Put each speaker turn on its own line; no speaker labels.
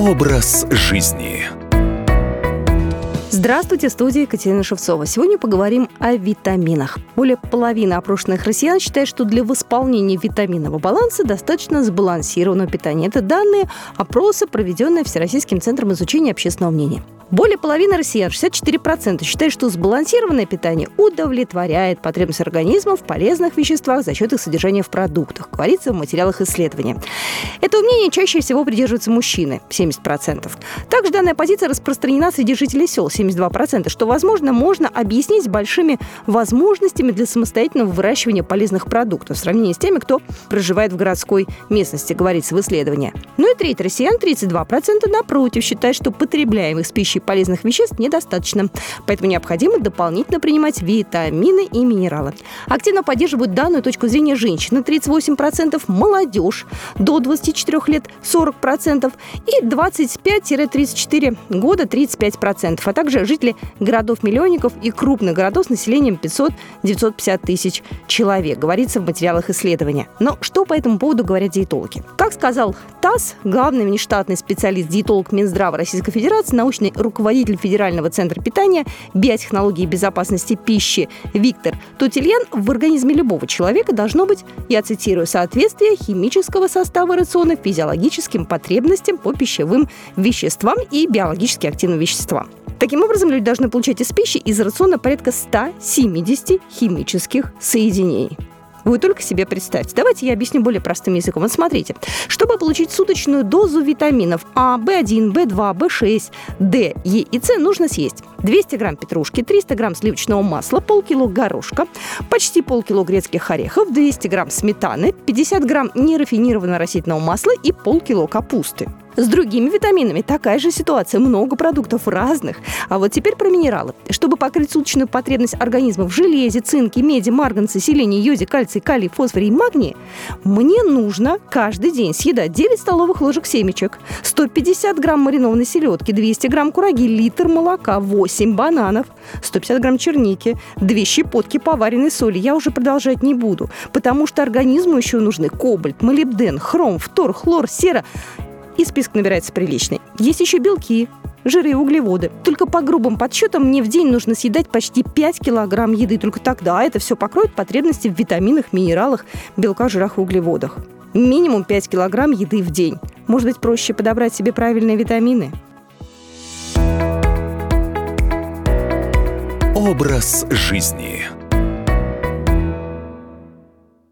Образ жизни.
Здравствуйте, в студии Екатерина Шевцова. Сегодня поговорим о витаминах. Более половины опрошенных россиян считают, что для восполнения витаминного баланса достаточно сбалансированного питания. Это данные опроса, проведенные Всероссийским центром изучения общественного мнения. Более половины россиян, 64%, считают, что сбалансированное питание удовлетворяет потребность организма в полезных веществах за счет их содержания в продуктах, говорится в материалах исследования. Этого мнения чаще всего придерживаются мужчины, 70%. Также данная позиция распространена среди жителей сел, 72%, что, возможно, можно объяснить большими возможностями для самостоятельного выращивания полезных продуктов в сравнении с теми, кто проживает в городской местности, говорится в исследовании. Ну и треть россиян, 32%, напротив, считают, что потребляемых с пищей полезных веществ недостаточно. Поэтому необходимо дополнительно принимать витамины и минералы. Активно поддерживают данную точку зрения женщины, 38%, молодежь до 24 лет 40% и 25-34 года 35%, а также жители городов-миллионников и крупных городов с населением 500-950 тысяч человек, говорится в материалах исследования. Но что по этому поводу говорят диетологи? Как сказал ТАСС, главный внештатный специалист-диетолог Минздрава Российской Федерации, научный руководитель Федерального центра питания, биотехнологии и безопасности пищи Виктор Тутельян, в организме любого человека должно быть, я цитирую, соответствие химического состава рациона физиологическим потребностям по пищевым веществам и биологически активным веществам. Таким образом, люди должны получать из пищи из рациона порядка 170 химических соединений. Вы только себе представьте. Давайте я объясню более простым языком. Вот смотрите. Чтобы получить суточную дозу витаминов А, В1, В2, В6, Д, Е и С, нужно съесть 200 грамм петрушки, 300 грамм сливочного масла, полкило горошка, почти полкило грецких орехов, 200 грамм сметаны, 50 грамм нерафинированного растительного масла и полкило капусты. С другими витаминами такая же ситуация. Много продуктов разных. А вот теперь про минералы. Чтобы покрыть суточную потребность организма в железе, цинке, меди, марганце, селении, йоде, кальции, калии, фосфоре и магнии, мне нужно каждый день съедать 9 столовых ложек семечек, 150 грамм маринованной селедки, 200 грамм кураги, литр молока, 8 бананов, 150 грамм черники, 2 щепотки поваренной соли. Я уже продолжать не буду, потому что организму еще нужны кобальт, молибден, хром, фтор, хлор, сера. И список набирается приличный. Есть еще белки, жиры и углеводы. Только по грубым подсчетам мне в день нужно съедать почти 5 килограмм еды. Только тогда это все покроет потребности в витаминах, минералах, белках, жирах и углеводах. Минимум 5 килограмм еды в день. Может быть, проще подобрать себе правильные витамины?
Образ жизни.